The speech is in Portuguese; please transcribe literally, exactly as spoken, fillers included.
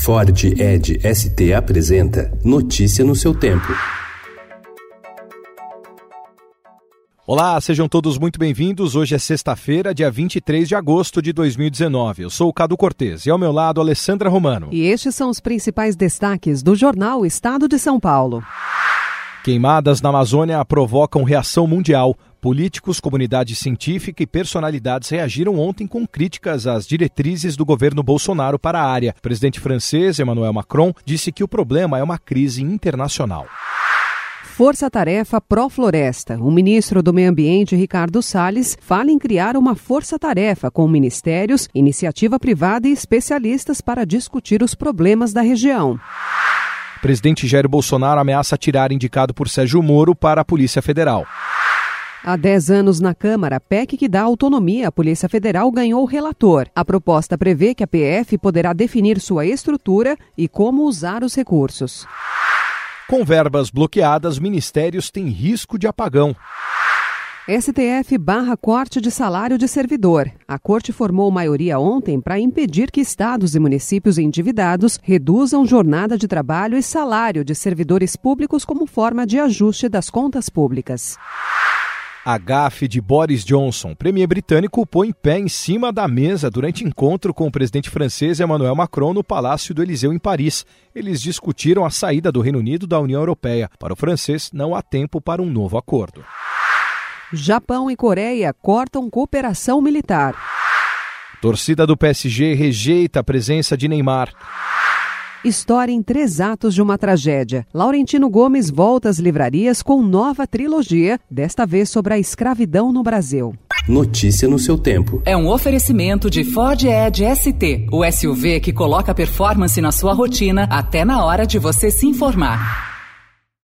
Ford Edge S T apresenta Notícia no seu tempo. Olá, sejam todos muito bem-vindos. Hoje é sexta-feira, dia vinte e três de agosto de dois mil e dezenove. Eu sou o Cadu Cortez e ao meu lado, Alessandra Romano. E estes são os principais destaques do jornal Estado de São Paulo. Queimadas na Amazônia provocam reação mundial. Políticos, comunidade científica e personalidades reagiram ontem com críticas às diretrizes do governo Bolsonaro para a área. O presidente francês, Emmanuel Macron, disse que o problema é uma crise internacional. Força-tarefa pró-floresta. O ministro do Meio Ambiente, Ricardo Salles, fala em criar uma força-tarefa com ministérios, iniciativa privada e especialistas para discutir os problemas da região. O presidente Jair Bolsonaro ameaça tirar indicado por Sérgio Moro para a Polícia Federal. Há dez anos na Câmara, a P E C que dá autonomia à Polícia Federal ganhou o relator. A proposta prevê que a P F poderá definir sua estrutura e como usar os recursos. Com verbas bloqueadas, ministérios têm risco de apagão. S T F barra corte de salário de servidor. A Corte formou maioria ontem para impedir que estados e municípios endividados reduzam jornada de trabalho e salário de servidores públicos como forma de ajuste das contas públicas. A gafe de Boris Johnson. O premier britânico põe pé em cima da mesa durante encontro com o presidente francês Emmanuel Macron no Palácio do Eliseu em Paris. Eles discutiram a saída do Reino Unido da União Europeia. Para o francês, não há tempo para um novo acordo. Japão e Coreia cortam cooperação militar. Torcida do P S G rejeita a presença de Neymar. História em três atos de uma tragédia. Laurentino Gomes volta às livrarias com nova trilogia, desta vez sobre a escravidão no Brasil. Notícia no seu tempo. É um oferecimento de Ford Edge S T, o S U V que coloca performance na sua rotina até na hora de você se informar.